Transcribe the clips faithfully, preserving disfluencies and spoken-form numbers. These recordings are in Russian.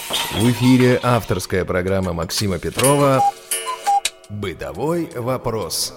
В эфире авторская программа Максима Петрова «Бытовой вопрос».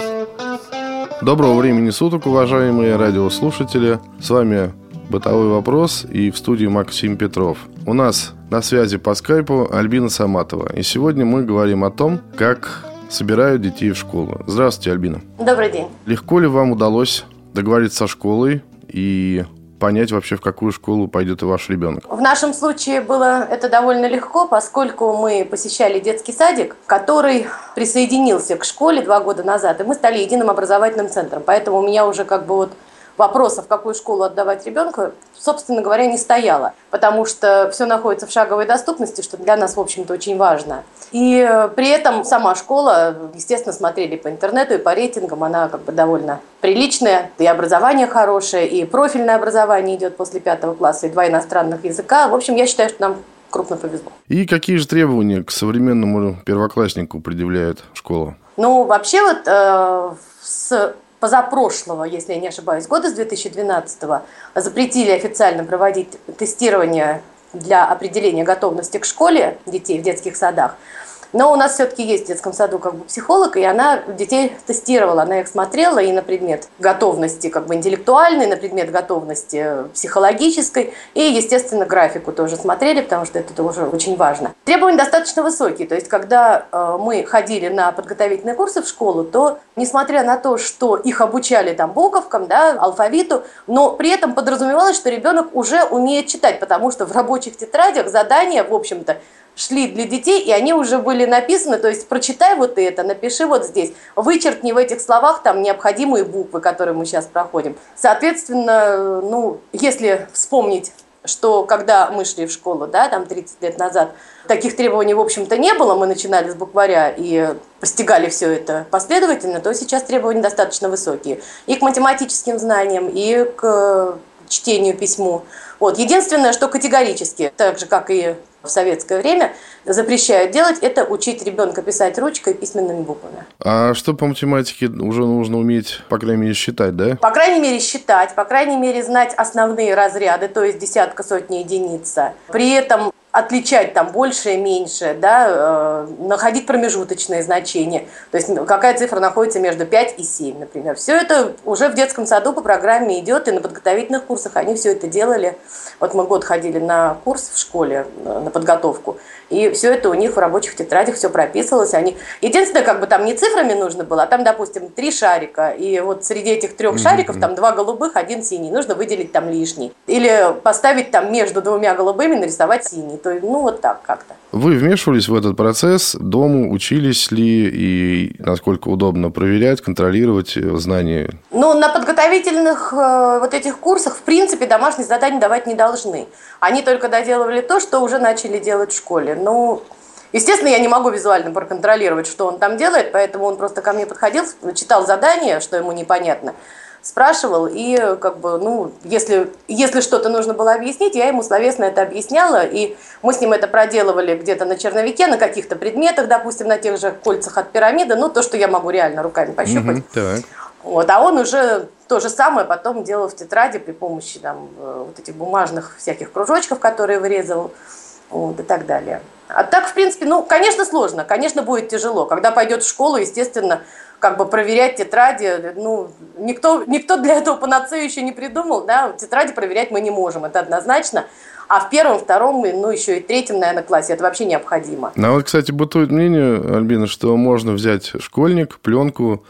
Доброго времени суток, уважаемые радиослушатели. С вами «Бытовой вопрос» и в студии Максим Петров. У нас на связи по скайпу Альбина Саматова. И сегодня мы говорим о том, как собирают детей в школу. Здравствуйте, Альбина. Добрый день. Легко ли вам удалось договориться со школой и понять вообще, в какую школу пойдет и ваш ребенок? В нашем случае было это довольно легко, поскольку мы посещали детский садик, который присоединился к школе два года назад, и мы стали единым образовательным центром. Поэтому у меня уже как бы вот вопроса, в какую школу отдавать ребенка, собственно говоря, не стояло, потому что все находится в шаговой доступности, что для нас, в общем-то, очень важно. И при этом сама школа, естественно, смотрели по интернету и по рейтингам, она как бы довольно приличная, и образование хорошее, и профильное образование идет после пятого класса, и два иностранных языка. В общем, я считаю, что нам крупно повезло. И какие же требования к современному первокласснику предъявляет школа? Ну, вообще вот э, с позапрошлого, если я не ошибаюсь, года, с две тысячи двенадцатого, запретили официально проводить тестирование для определения готовности к школе детей в детских садах. Но у нас все-таки есть в детском саду как бы психолог, и она детей тестировала, она их смотрела и на предмет готовности как бы интеллектуальной, на предмет готовности психологической, и, естественно, графику тоже смотрели, потому что это тоже очень важно. Требования достаточно высокие, то есть когда э, мы ходили на подготовительные курсы в школу, то, несмотря на то, что их обучали там буковкам, да, алфавиту, но при этом подразумевалось, что ребенок уже умеет читать, потому что в рабочих тетрадях задания, в общем-то, шли для детей, и они уже были написаны, то есть прочитай вот это, напиши вот здесь, вычеркни в этих словах там необходимые буквы, которые мы сейчас проходим. Соответственно, ну, если вспомнить, что когда мы шли в школу, да, там тридцать лет назад, таких требований, в общем-то, не было, мы начинали с букваря и постигали все это последовательно, то сейчас требования достаточно высокие. И к математическим знаниям, и к чтению, письму. Вот. Единственное, что категорически, так же, как и в советское время, запрещают делать, это учить ребенка писать ручкой и письменными буквами. А что по математике уже нужно уметь, по крайней мере, считать, да? По крайней мере, считать, по крайней мере, знать основные разряды, то есть десятка, сотня, единица. При этом отличать там большее, меньшее, да, э, находить промежуточные значения. То есть какая цифра находится между пять и семь, например. Все это уже в детском саду по программе идет, и на подготовительных курсах они все это делали. Вот мы год ходили на курс в школе, на подготовку, и все это у них в рабочих тетрадях все прописывалось. Они... Единственное, как бы там не цифрами нужно было, а там, допустим, три шарика, и вот среди этих трех mm-hmm. шариков там два голубых, один синий, нужно выделить там лишний. Или поставить там между двумя голубыми, нарисовать синий. То есть, ну, вот так как-то. Вы вмешивались в этот процесс, дома учились ли и насколько удобно проверять, контролировать знания? Ну, на подготовительных э, вот этих курсах, в принципе, домашние задания давать не должны. Они только доделывали то, что уже начали делать в школе. Ну, естественно, я не могу визуально проконтролировать, что он там делает, поэтому он просто ко мне подходил, читал задание, что ему непонятно, спрашивал, и как бы, ну, если, если что-то нужно было объяснить, я ему словесно это объясняла, и мы с ним это проделывали где-то на черновике, на каких-то предметах, допустим, на тех же кольцах от пирамиды, ну, то, что я могу реально руками пощупать. Угу, так. Вот, а он уже то же самое потом делал в тетради при помощи там, вот этих бумажных всяких кружочков, которые вырезал, вот, и так далее. А так, в принципе, ну, конечно, сложно, конечно, будет тяжело. Когда пойдет в школу, естественно, как бы проверять тетради, ну, никто, никто для этого панацею еще не придумал, да, тетради проверять мы не можем, это однозначно. А в первом, втором, ну, еще и третьем, наверное, классе это вообще необходимо. Ну, вот, кстати, бытует мнение, Альбина, что можно взять школьник, пленку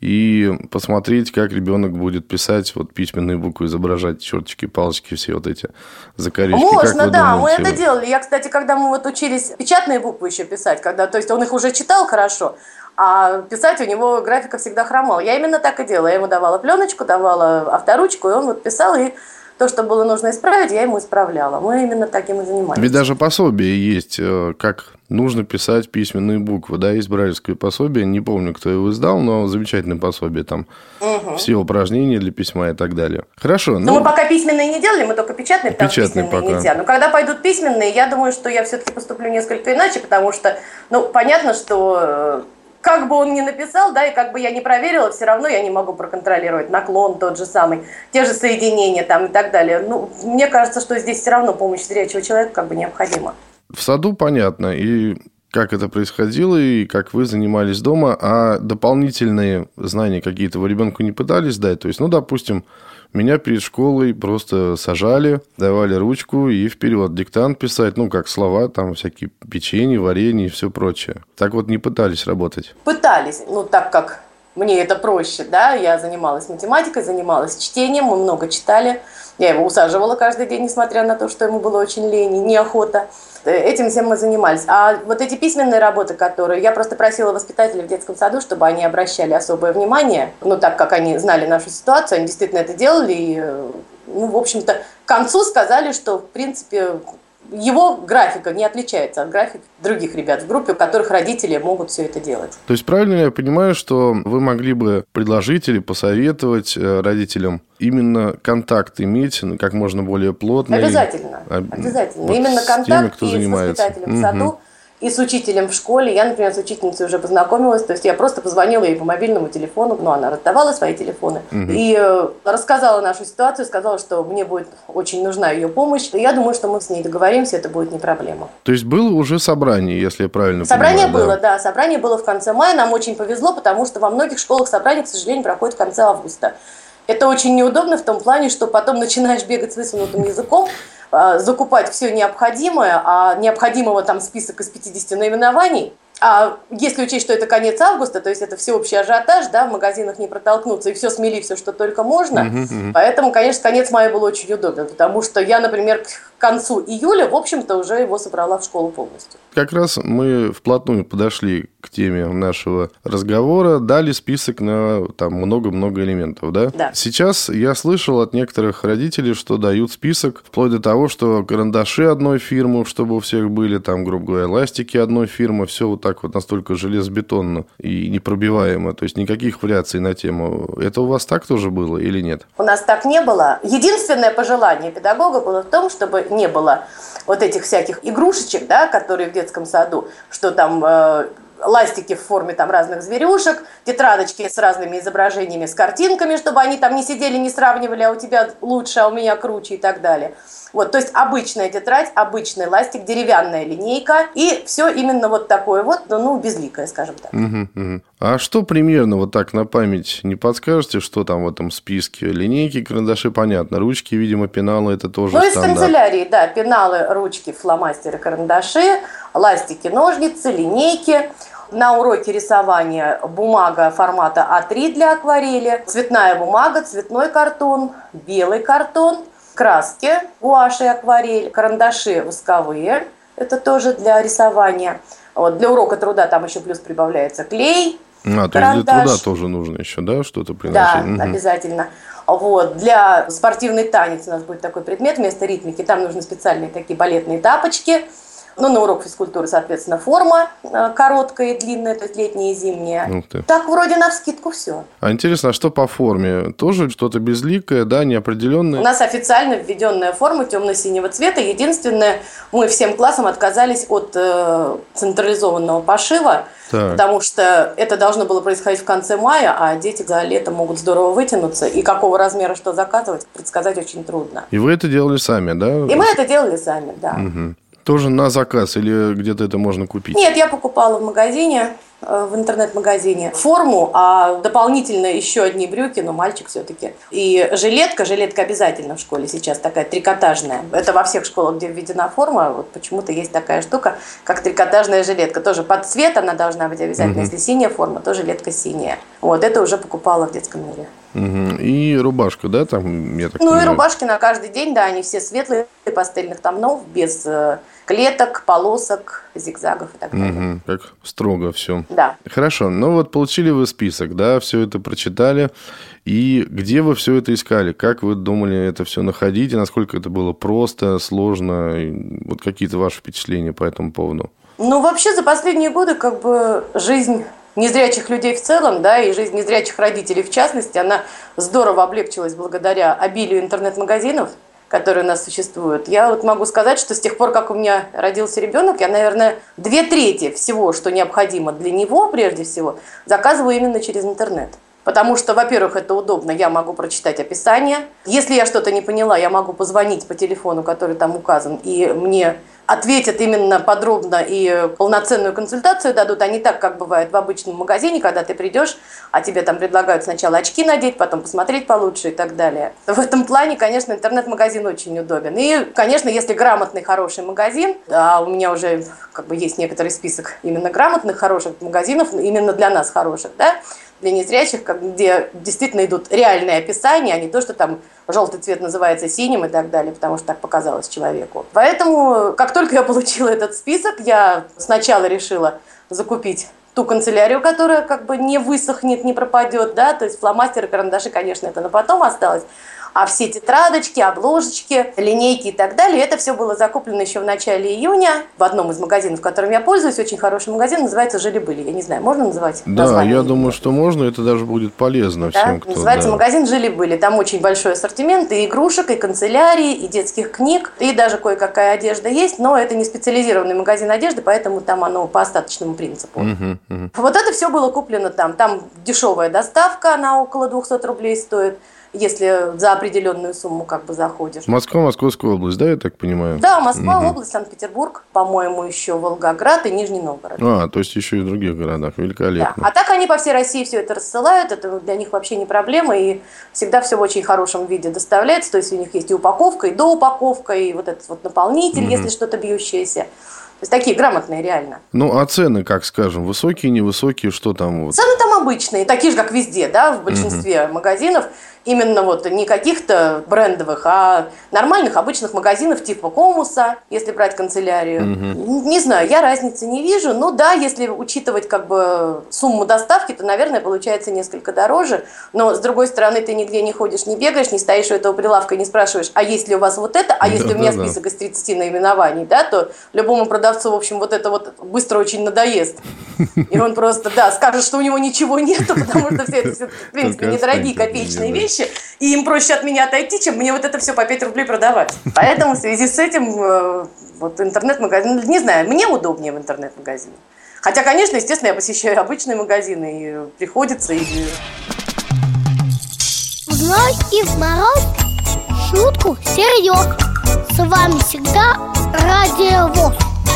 и посмотреть, как ребенок будет писать вот письменные буквы, изображать черточки, палочки, все вот эти закорючки. Можно, да, мы это делали. Я, кстати, когда мы вот учились печатные буквы еще писать, когда, то есть он их уже читал хорошо, а писать у него графика всегда хромала. Я именно так и делала. Я ему давала пленочку, давала авторучку, и он вот писал, и то, что было нужно исправить, я ему исправляла. Мы именно таким и занимались. Ведь даже пособие есть, как нужно писать письменные буквы. Да, есть брайлевское пособие, не помню, кто его издал, но замечательное пособие. Там угу. все упражнения для письма и так далее. Хорошо. Но ну, мы пока письменные не делали, мы только печатные, потому что письменные пока нельзя. Но когда пойдут письменные, я думаю, что я все-таки поступлю несколько иначе, потому что, ну, понятно, что как бы он ни написал, да, и как бы я не проверила, все равно я не могу проконтролировать наклон тот же самый, те же соединения там и так далее. Ну, мне кажется, что здесь все равно помощь зрячего человека как бы необходима. В саду понятно, и как это происходило, и как вы занимались дома, а дополнительные знания какие-то вы ребенку не пытались дать? То есть, ну, допустим, меня перед школой просто сажали, давали ручку и вперед диктант писать, ну, как слова, там всякие печенье, варенье и все прочее. Так вот не пытались работать? Пытались, ну, так как мне это проще, да, я занималась математикой, занималась чтением, мы много читали. Я его усаживала каждый день, несмотря на то, что ему было очень лень и неохота. Этим всем мы занимались. А вот эти письменные работы, которые... Я просто просила воспитателей в детском саду, чтобы они обращали особое внимание. Ну, так как они знали нашу ситуацию, они действительно это делали. И, ну, в общем-то, к концу сказали, что, в принципе, его графика не отличается от графика других ребят в группе, у которых родители могут все это делать. То есть правильно я понимаю, что вы могли бы предложить или посоветовать родителям именно контакт иметь как можно более плотный? Обязательно. Обязательно. Вот именно контакт теми, кто и занимается. с воспитателем в саду, и с учителем в школе. Я, например, с учительницей уже познакомилась, то есть я просто позвонила ей по мобильному телефону, ну, она раздавала свои телефоны, угу. и э, рассказала нашу ситуацию, сказала, что мне будет очень нужна ее помощь. И я думаю, что мы с ней договоримся, это будет не проблема. То есть было уже собрание, если я правильно собрание понимаю? Собрание было, да? да, собрание было в конце мая, нам очень повезло, потому что во многих школах собрание, к сожалению, проходит в конце августа. Это очень неудобно в том плане, что потом начинаешь бегать с высунутым языком, закупать все необходимое, а необходимого там список из пятидесяти наименований. А если учесть, что это конец августа, то есть это всеобщий ажиотаж, да, в магазинах не протолкнуться, и все смели, все, что только можно. Uh-huh, uh-huh. Поэтому, конечно, конец мая был очень удобен, потому что я, например, к концу июля, в общем-то, уже его собрала в школу полностью. Как раз мы вплотную подошли к теме нашего разговора, дали список на там много-много элементов, да? Да. Сейчас я слышал от некоторых родителей, что дают список вплоть до того, что карандаши одной фирмы, чтобы у всех были, там, грубо говоря, ластики одной фирмы, все вот так вот настолько железобетонно и непробиваемо, то есть никаких вариаций на тему. Это у вас так тоже было или нет? У нас так не было. Единственное пожелание педагога было в том, чтобы не было вот этих всяких игрушечек, да, которые в детском саду, что там э, ластики в форме там разных зверюшек, тетрадочки с разными изображениями, с картинками, чтобы они там не сидели, не сравнивали, а у тебя лучше, а у меня круче и так далее. Вот, то есть обычная тетрадь, обычный ластик, деревянная линейка и все именно вот такое вот, ну, безликое, скажем так. Угу, угу. А что примерно вот так на память не подскажете, что там в этом списке? Линейки, карандаши, понятно, ручки, видимо, пеналы, это тоже ну, стандарт. Ну, из канцелярии, да, пеналы, ручки, фломастеры, карандаши, ластики, ножницы, линейки. На уроке рисования бумага формата а три для акварели, цветная бумага, цветной картон, белый картон, краски, гуашь и акварель, карандаши восковые, это тоже для рисования. Вот, для урока труда там еще плюс прибавляется клей, а, то есть для труда тоже нужно еще, да, что-то приносить? Да, угу. обязательно. Вот, для спортивный танец у нас будет такой предмет вместо ритмики, там нужны специальные такие балетные тапочки. Ну, на урок физкультуры, соответственно, форма короткая и длинная, то есть летняя и зимняя. Так вроде навскидку все. А интересно, а что по форме? Тоже что-то безликое, да, неопределенное? У нас официально введенная форма темно-синего цвета. Единственное, мы всем классам отказались от э, централизованного пошива, так. потому что это должно было происходить в конце мая, а дети за лето могут здорово вытянуться. И какого размера что заказывать, предсказать очень трудно. И вы это делали сами, да? И мы это делали сами, да. Угу. Тоже на заказ или где-то это можно купить? Нет, я покупала в магазине, в интернет-магазине форму, а дополнительно еще одни брюки, но мальчик все-таки. И жилетка, жилетка обязательно в школе сейчас такая трикотажная. Это во всех школах, где введена форма, вот почему-то есть такая штука, как трикотажная жилетка. Тоже под цвет она должна быть обязательно. Угу. Если синяя форма, то жилетка синяя. Вот, это уже покупала в детском мире. Угу. И рубашка, да, там, я так Ну понимаю? И рубашки на каждый день, да, они все светлые, пастельных тонов, без клеток, полосок, зигзагов и так далее. Угу. Как строго все. Да. Хорошо, ну вот получили вы список, да, все это прочитали, и где вы все это искали? Как вы думали это все находить, и насколько это было просто, сложно, и вот какие-то ваши впечатления по этому поводу? Ну, вообще за последние годы как бы жизнь незрячих людей в целом, да, и жизнь незрячих родителей в частности, она здорово облегчилась благодаря обилию интернет-магазинов, которые у нас существуют. Я вот могу сказать, что с тех пор, как у меня родился ребенок, я, наверное, две трети всего, что необходимо для него, прежде всего, заказываю именно через интернет. Потому что, во-первых, это удобно, я могу прочитать описание. Если я что-то не поняла, я могу позвонить по телефону, который там указан, и мне ответят именно подробно и полноценную консультацию дадут, а не так, как бывает в обычном магазине, когда ты придешь, а тебе там предлагают сначала очки надеть, потом посмотреть получше и так далее. В этом плане, конечно, интернет-магазин очень удобен. И, конечно, если грамотный, хороший магазин, а у меня уже как бы есть некоторый список именно грамотных, хороших магазинов, именно для нас хороших, да, для незрячих, где действительно идут реальные описания, а не то, что там желтый цвет называется синим и так далее, потому что так показалось человеку. Поэтому, как только я получила этот список, я сначала решила закупить ту канцелярию, которая как бы не высохнет, не пропадет, да, то есть фломастеры, карандаши, конечно, это на потом осталось, а все тетрадочки, обложечки, линейки и так далее, это все было закуплено еще в начале июня в одном из магазинов, которым я пользуюсь, очень хороший магазин, называется «Жили-были». Я не знаю, можно называть Да, название? Я думаю, что можно, это даже будет полезно да? всем, кто... Называется да. магазин «Жили-были». Там очень большой ассортимент и игрушек, и канцелярии, и детских книг, и даже кое-какая одежда есть, но это не специализированный магазин одежды, поэтому там оно по остаточному принципу. Угу, угу. Вот это все было куплено там. Там дешевая доставка, она около двести рублей стоит, если за определенную сумму как бы заходишь. Москва, Московская область, да, я так понимаю? Да, Москва, Угу. область, Санкт-Петербург, по-моему, еще Волгоград и Нижний Новгород. А, то есть еще и в других городах. Великолепно. Да. А так они по всей России все это рассылают, это для них вообще не проблема, и всегда все в очень хорошем виде доставляется, то есть у них есть и упаковка, и доупаковка, и вот этот вот наполнитель, Угу. если что-то бьющееся. То есть такие грамотные реально. Ну, а цены, как скажем, высокие, невысокие, что там? Вот? Цены там обычные, такие же, как везде, да, в большинстве угу. магазинов. Именно вот не каких-то брендовых, а нормальных, обычных магазинов типа Комуса, если брать канцелярию. Угу. Не знаю, я разницы не вижу. Но да, если учитывать как бы сумму доставки, то, наверное, получается несколько дороже. Но, с другой стороны, ты нигде не ходишь, не бегаешь, не стоишь у этого прилавка и не спрашиваешь, а есть ли у вас вот это, а если да, у меня да, список да. из тридцати наименований, да, то любому продавцу, в общем, вот это вот быстро очень надоест. И он просто, да, скажет, что у него ничего нету, потому что все это, в принципе, недорогие копеечные вещи. И им проще от меня отойти, чем мне вот это все по пять рублей продавать. Поэтому в связи с этим вот интернет-магазин, не знаю, мне удобнее в интернет-магазине. Хотя, конечно, естественно, я посещаю обычные магазины, и приходится, и... В зной и в мороз шутку серьез. С вами всегда Радио ВОС.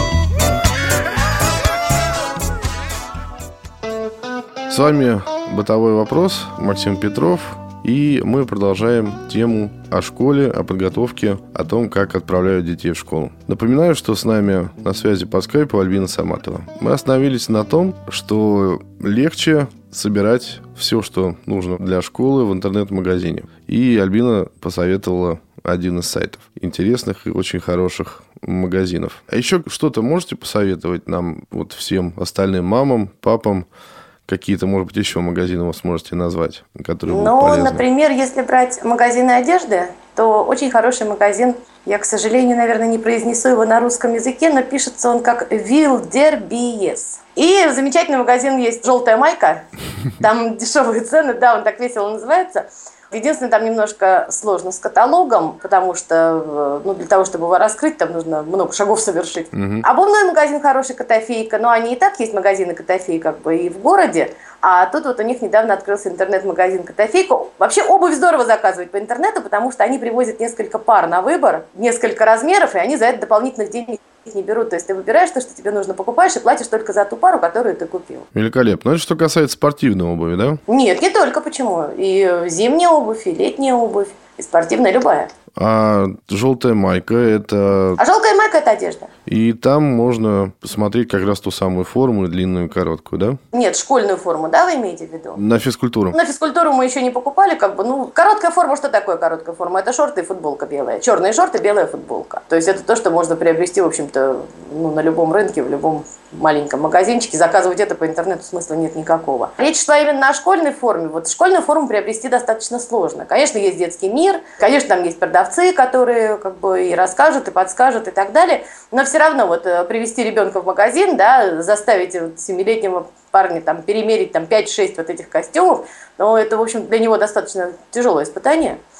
С вами «Бытовой вопрос», Максим Петров. И мы продолжаем тему о школе, о подготовке, о том, как отправляют детей в школу. Напоминаю, что с нами на связи по скайпу Альбина Саматова. Мы остановились на том, что легче собирать все, что нужно для школы в интернет-магазине. И Альбина посоветовала один из сайтов интересных и очень хороших магазинов. А еще что-то можете посоветовать нам, вот всем остальным мамам, папам? Какие-то, может быть, еще магазины вы сможете назвать, которые будут Ну, полезны? Например, если брать магазины одежды, то очень хороший магазин. Я, к сожалению, наверное, не произнесу его на русском языке, но пишется он как Вилдербиес. И замечательный магазин есть «Желтая майка». Там дешевые цены, да, он так весело называется. Единственное, там немножко сложно с каталогом, потому что ну, для того, чтобы его раскрыть, там нужно много шагов совершить. Uh-huh. Обувной магазин хороший, Котофейка, но они и так есть магазины Котофей как бы и в городе, а тут вот у них недавно открылся интернет-магазин Котофейка. Вообще обувь здорово заказывать по интернету, потому что они привозят несколько пар на выбор, несколько размеров, и они за это дополнительных денег не берут. То есть ты выбираешь то, что тебе нужно, покупаешь и платишь только за ту пару, которую ты купил. Великолепно. Это что касается спортивной обуви, да? Нет, не только. Почему? И зимняя обувь, и летняя обувь, и спортивная любая. А желтая майка – это… А желтая майка – это одежда. И там можно посмотреть как раз ту самую форму, длинную и короткую, да? Нет, школьную форму, да, вы имеете в виду? На физкультуру. На физкультуру мы еще не покупали, как бы, ну, короткая форма, что такое короткая форма? Это шорты и футболка белая. Черные шорты, белая футболка. То есть это то, что можно приобрести, в общем-то, ну, на любом рынке, в любом маленьком магазинчике. Заказывать это по интернету смысла нет никакого. Речь шла именно о школьной форме. Вот школьную форму приобрести достаточно сложно. Конечно, есть детский мир, конечно, там есть продавцы, которые как бы и расскажут, и подскажут, и так далее. Но все равно вот привести ребенка в магазин, да, заставить семилетнего парня там перемерить там пять-шесть вот этих костюмов, но это, в общем, для него достаточно тяжелое испытание.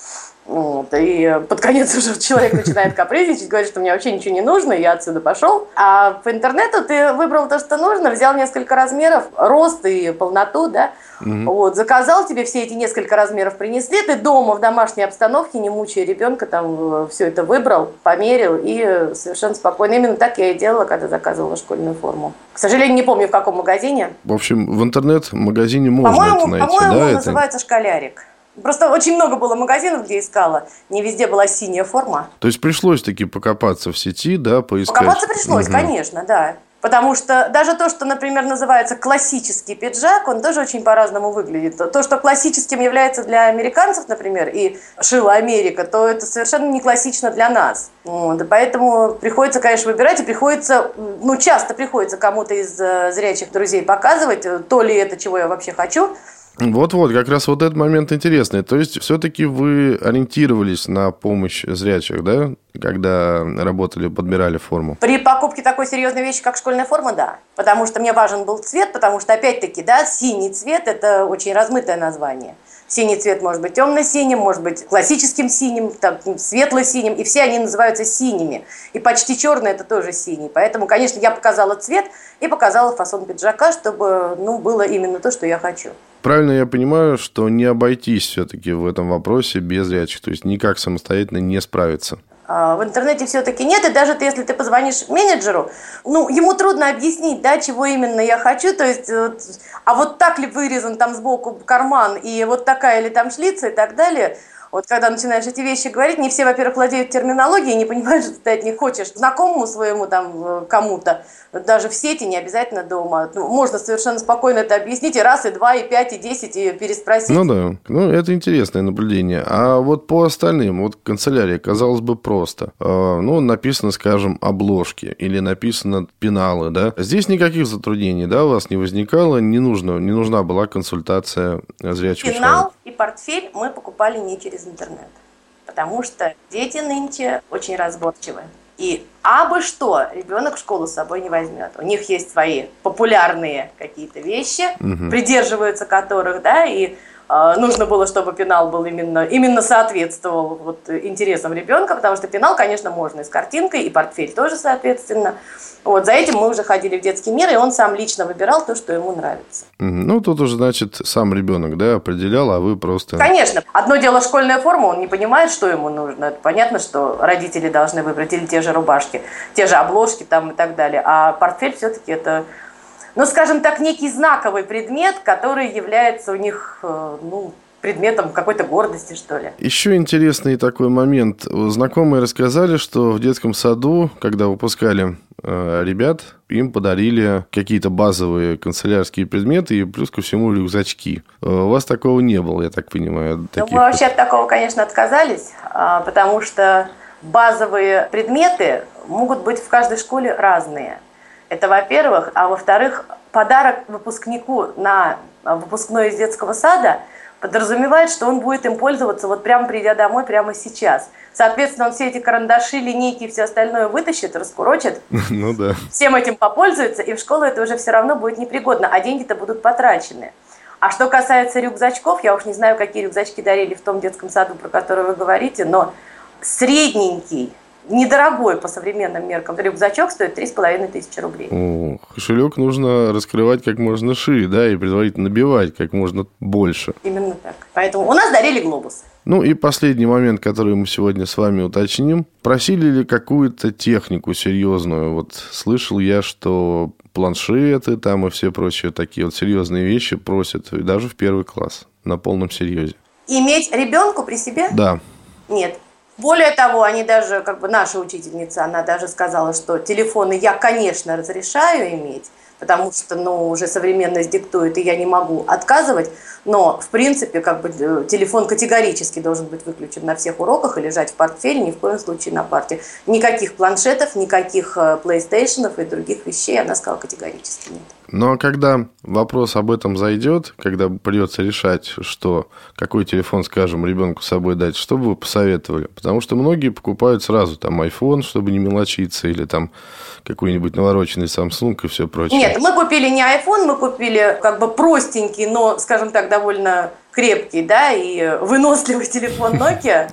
Вот, и под конец уже человек начинает капризничать, говорит, что мне вообще ничего не нужно, и я отсюда пошел. А по интернету ты выбрал то, что нужно, взял несколько размеров, рост и полноту, да, mm-hmm. вот, заказал, тебе все эти несколько размеров принесли, ты дома в домашней обстановке, не мучая ребенка, там все это выбрал, померил и совершенно спокойно. Именно так я и делала, когда заказывала школьную форму. К сожалению, не помню, в каком магазине. В общем, в интернет-магазине можно по-моему, это найти, по-моему, да? Он называется «Школярик». Просто очень много было магазинов, где искала. Не везде была синяя форма. То есть пришлось таки покопаться в сети, да, поискать? Покопаться пришлось, угу. конечно, да. Потому что даже то, что, например, называется классический пиджак, он тоже очень по-разному выглядит. То, что классическим является для американцев, например, и шила Америка, то это совершенно не классично для нас. Вот. И поэтому приходится, конечно, выбирать, и приходится, ну, часто приходится кому-то из зрячих друзей показывать, то ли это, чего я вообще хочу. Вот-вот, как раз вот этот момент интересный. То есть, все-таки вы ориентировались на помощь зрячих, да, когда работали, подбирали форму? При покупке такой серьезной вещи, как школьная форма, да. Потому что мне важен был цвет, потому что, опять-таки, да, синий цвет – это очень размытое название. Синий цвет может быть темно-синим, может быть классическим синим, там, светло-синим, и все они называются синими. И почти черный – это тоже синий. Поэтому, конечно, я показала цвет и показала фасон пиджака, чтобы, ну, было именно то, что я хочу. Правильно я понимаю, что не обойтись все-таки в этом вопросе без зрячих, то есть никак самостоятельно не справиться? В интернете все-таки нет, и даже если ты позвонишь менеджеру, ну, ему трудно объяснить, да, чего именно я хочу, то есть, вот, а вот так ли вырезан там сбоку карман, и вот такая ли там шлица и так далее. Вот когда начинаешь эти вещи говорить, не все, во-первых, владеют терминологией, не понимают, что ты от них хочешь знакомому своему там кому-то, даже в сети, не обязательно дома. Ну, можно совершенно спокойно это объяснить, и раз, и два, и пять, и десять, и переспросить. Ну да, ну это интересное наблюдение. А вот по остальным, вот канцелярия, казалось бы, просто. Ну, написано, скажем, обложки, или написано пеналы, да. Здесь никаких затруднений, да, у вас не возникало, не нужно, не нужна была консультация зрячего человека. Пенал и портфель мы покупали не через интернет, потому что дети нынче очень разборчивы. И абы что ребенок в школу с собой не возьмет. У них есть свои популярные какие-то вещи, угу. придерживаются которых, да, и э, нужно было, чтобы пенал был именно, именно соответствовал вот, интересам ребенка, потому что пенал, конечно, можно и с картинкой, и портфель тоже соответственно. Вот, за этим мы уже ходили в детский мир, и он сам лично выбирал то, что ему нравится. Ну, тут уже, значит, сам ребенок, да, определял, а вы просто... Конечно. Одно дело школьная форма, он не понимает, что ему нужно. Это понятно, что родители должны выбрать или те же рубашки, те же обложки там и так далее. А портфель все-таки это, ну, скажем так, некий знаковый предмет, который является у них, ну, предметом какой-то гордости, что ли. Еще интересный такой момент. Знакомые рассказали, что в детском саду, когда выпускали э, ребят, им подарили какие-то базовые канцелярские предметы и плюс ко всему рюкзачки. У вас такого не было, я так понимаю? Ну, мы вообще от такого, конечно, отказались, потому что базовые предметы могут быть в каждой школе разные. Это, во-первых. А во-вторых, подарок выпускнику на выпускной из детского сада подразумевает, что он будет им пользоваться вот прямо придя домой, прямо сейчас. Соответственно, он все эти карандаши, линейки и все остальное вытащит, раскурочит. Ну да. Всем этим попользуется, и в школу это уже все равно будет непригодно, а деньги-то будут потрачены. А что касается рюкзачков, я уж не знаю, какие рюкзачки дарили в том детском саду, про который вы говорите, но средненький, недорогой по современным меркам рюкзачок стоит три с половиной тысячи рублей. О, кошелек нужно раскрывать как можно шире, да, и предварительно набивать как можно больше. Именно так. Поэтому у нас дарили глобусы. Ну и последний момент, который мы сегодня с вами уточним. Просили ли какую-то технику серьезную? Вот слышал я, что планшеты там и все прочие такие вот серьезные вещи просят, и даже в первый класс, на полном серьезе. Иметь ребенку при себе? Да. Нет. Более того, они даже, как бы наша учительница, она даже сказала, что телефоны я, конечно, разрешаю иметь, потому что, ну, уже современность диктует, и я не могу отказывать, но, в принципе, как бы телефон категорически должен быть выключен на всех уроках и лежать в портфеле, ни в коем случае на парте. Никаких планшетов, никаких плейстейшенов и других вещей, она сказала, категорически нет. Ну, а когда вопрос об этом зайдет, когда придется решать, что какой телефон, скажем, ребенку с собой дать, что бы вы посоветовали? Потому что многие покупают сразу там iPhone, чтобы не мелочиться, или там какой-нибудь навороченный Samsung и все прочее. Нет, мы купили не iPhone, мы купили как бы простенький, но, скажем так, довольно крепкий, да, и выносливый телефон Nokia.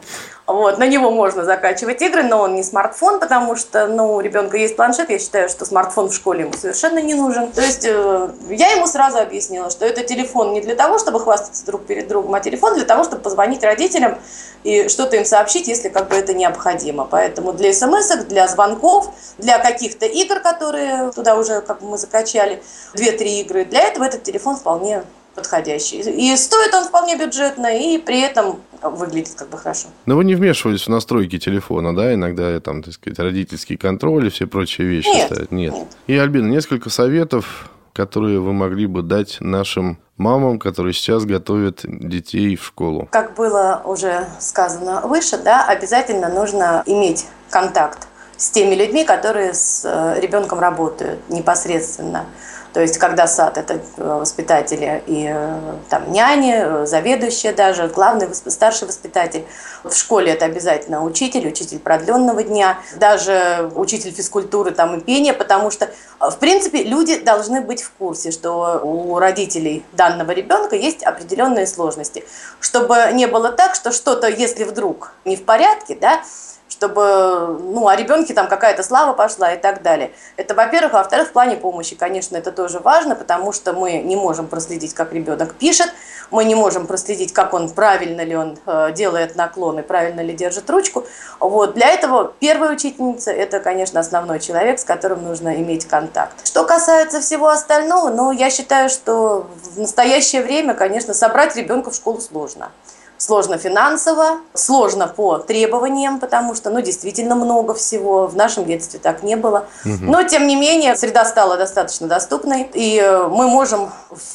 Вот, на него можно закачивать игры, но он не смартфон, потому что, ну, у ребенка есть планшет, я считаю, что смартфон в школе ему совершенно не нужен. То есть э, я ему сразу объяснила, что это телефон не для того, чтобы хвастаться друг перед другом, а телефон для того, чтобы позвонить родителям и что-то им сообщить, если как бы это необходимо. Поэтому для смс-ок, для звонков, для каких-то игр, которые туда уже как бы мы закачали, две-три игры, для этого этот телефон вполне подходящий. И стоит он вполне бюджетно, и при этом выглядит как бы хорошо. Но вы не вмешивались в настройки телефона, да? Иногда там, так сказать, родительский контроль и все прочие вещи нет, ставят? Нет. Нет. И, Альбина, несколько советов, которые вы могли бы дать нашим мамам, которые сейчас готовят детей в школу. Как было уже сказано выше, да, обязательно нужно иметь контакт с теми людьми, которые с ребенком работают непосредственно. То есть, когда сад – это воспитатели и там, няни, заведующие даже, главный, старший воспитатель. В школе это обязательно учитель, учитель продленного дня, даже учитель физкультуры там, и пения, потому что, в принципе, люди должны быть в курсе, что у родителей данного ребенка есть определенные сложности. Чтобы не было так, что что-то, если вдруг не в порядке, да, чтобы, ну, о ребенке там какая-то слава пошла и так далее. Это, во-первых. А во-вторых, в плане помощи, конечно, это тоже важно, потому что мы не можем проследить, как ребенок пишет, мы не можем проследить, как он, правильно ли он э, делает наклоны, правильно ли держит ручку. Вот. Для этого первая учительница – это, конечно, основной человек, с которым нужно иметь контакт. Что касается всего остального, ну, я считаю, что в настоящее время, конечно, собрать ребенка в школу сложно. Сложно финансово, сложно по требованиям, потому что, ну, действительно много всего. В нашем детстве так не было. Угу. Но, тем не менее, среда стала достаточно доступной, и мы можем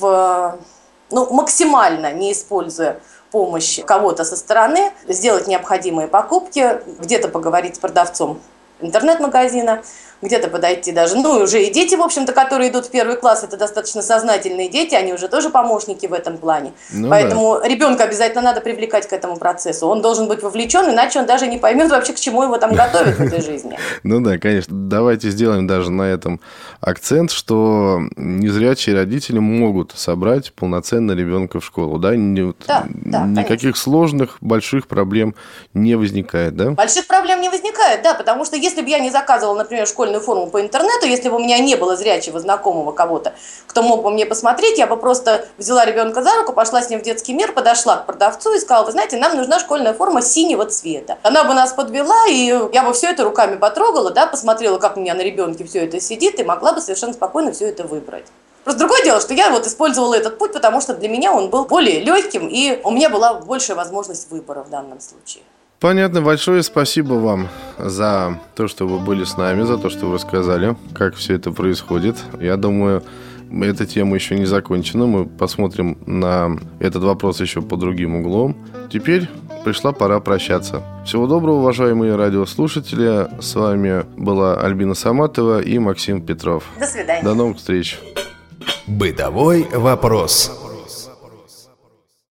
в, ну, максимально, не используя помощь кого-то со стороны, сделать необходимые покупки, где-то поговорить с продавцом интернет-магазина, где-то подойти даже, ну, и уже и дети, в общем-то, которые идут в первый класс, это достаточно сознательные дети, они уже тоже помощники в этом плане. Ну, поэтому да. Ребенка обязательно надо привлекать к этому процессу. Он должен быть вовлечен, иначе он даже не поймет вообще, к чему его там готовят в этой жизни. Ну да, конечно. Давайте сделаем даже на этом акцент, что незрячие родители могут собрать полноценно ребенка в школу, да? Да, да, никаких сложных, больших проблем не возникает, да? Больших проблем не возникает, да, потому что если бы я не заказывала, например, школьную форму по интернету, если бы у меня не было зрячего знакомого кого-то, кто мог бы мне посмотреть, я бы просто взяла ребенка за руку, пошла с ним в детский мир, подошла к продавцу и сказала: вы знаете, нам нужна школьная форма синего цвета. Она бы нас подвела, и я бы все это руками потрогала, да, посмотрела, как у меня на ребенке все это сидит, и могла бы совершенно спокойно все это выбрать. Просто другое дело, что я вот использовала этот путь, потому что для меня он был более легким, и у меня была большая возможность выбора в данном случае. Понятно. Большое спасибо вам за то, что вы были с нами, за то, что вы рассказали, как все это происходит. Я думаю, эта тема еще не закончена. Мы посмотрим на этот вопрос еще под другим углом. Теперь пришла пора прощаться. Всего доброго, уважаемые радиослушатели. С вами была Альбина Саматова и Максим Петров. До свидания. До новых встреч. Бытовой вопрос.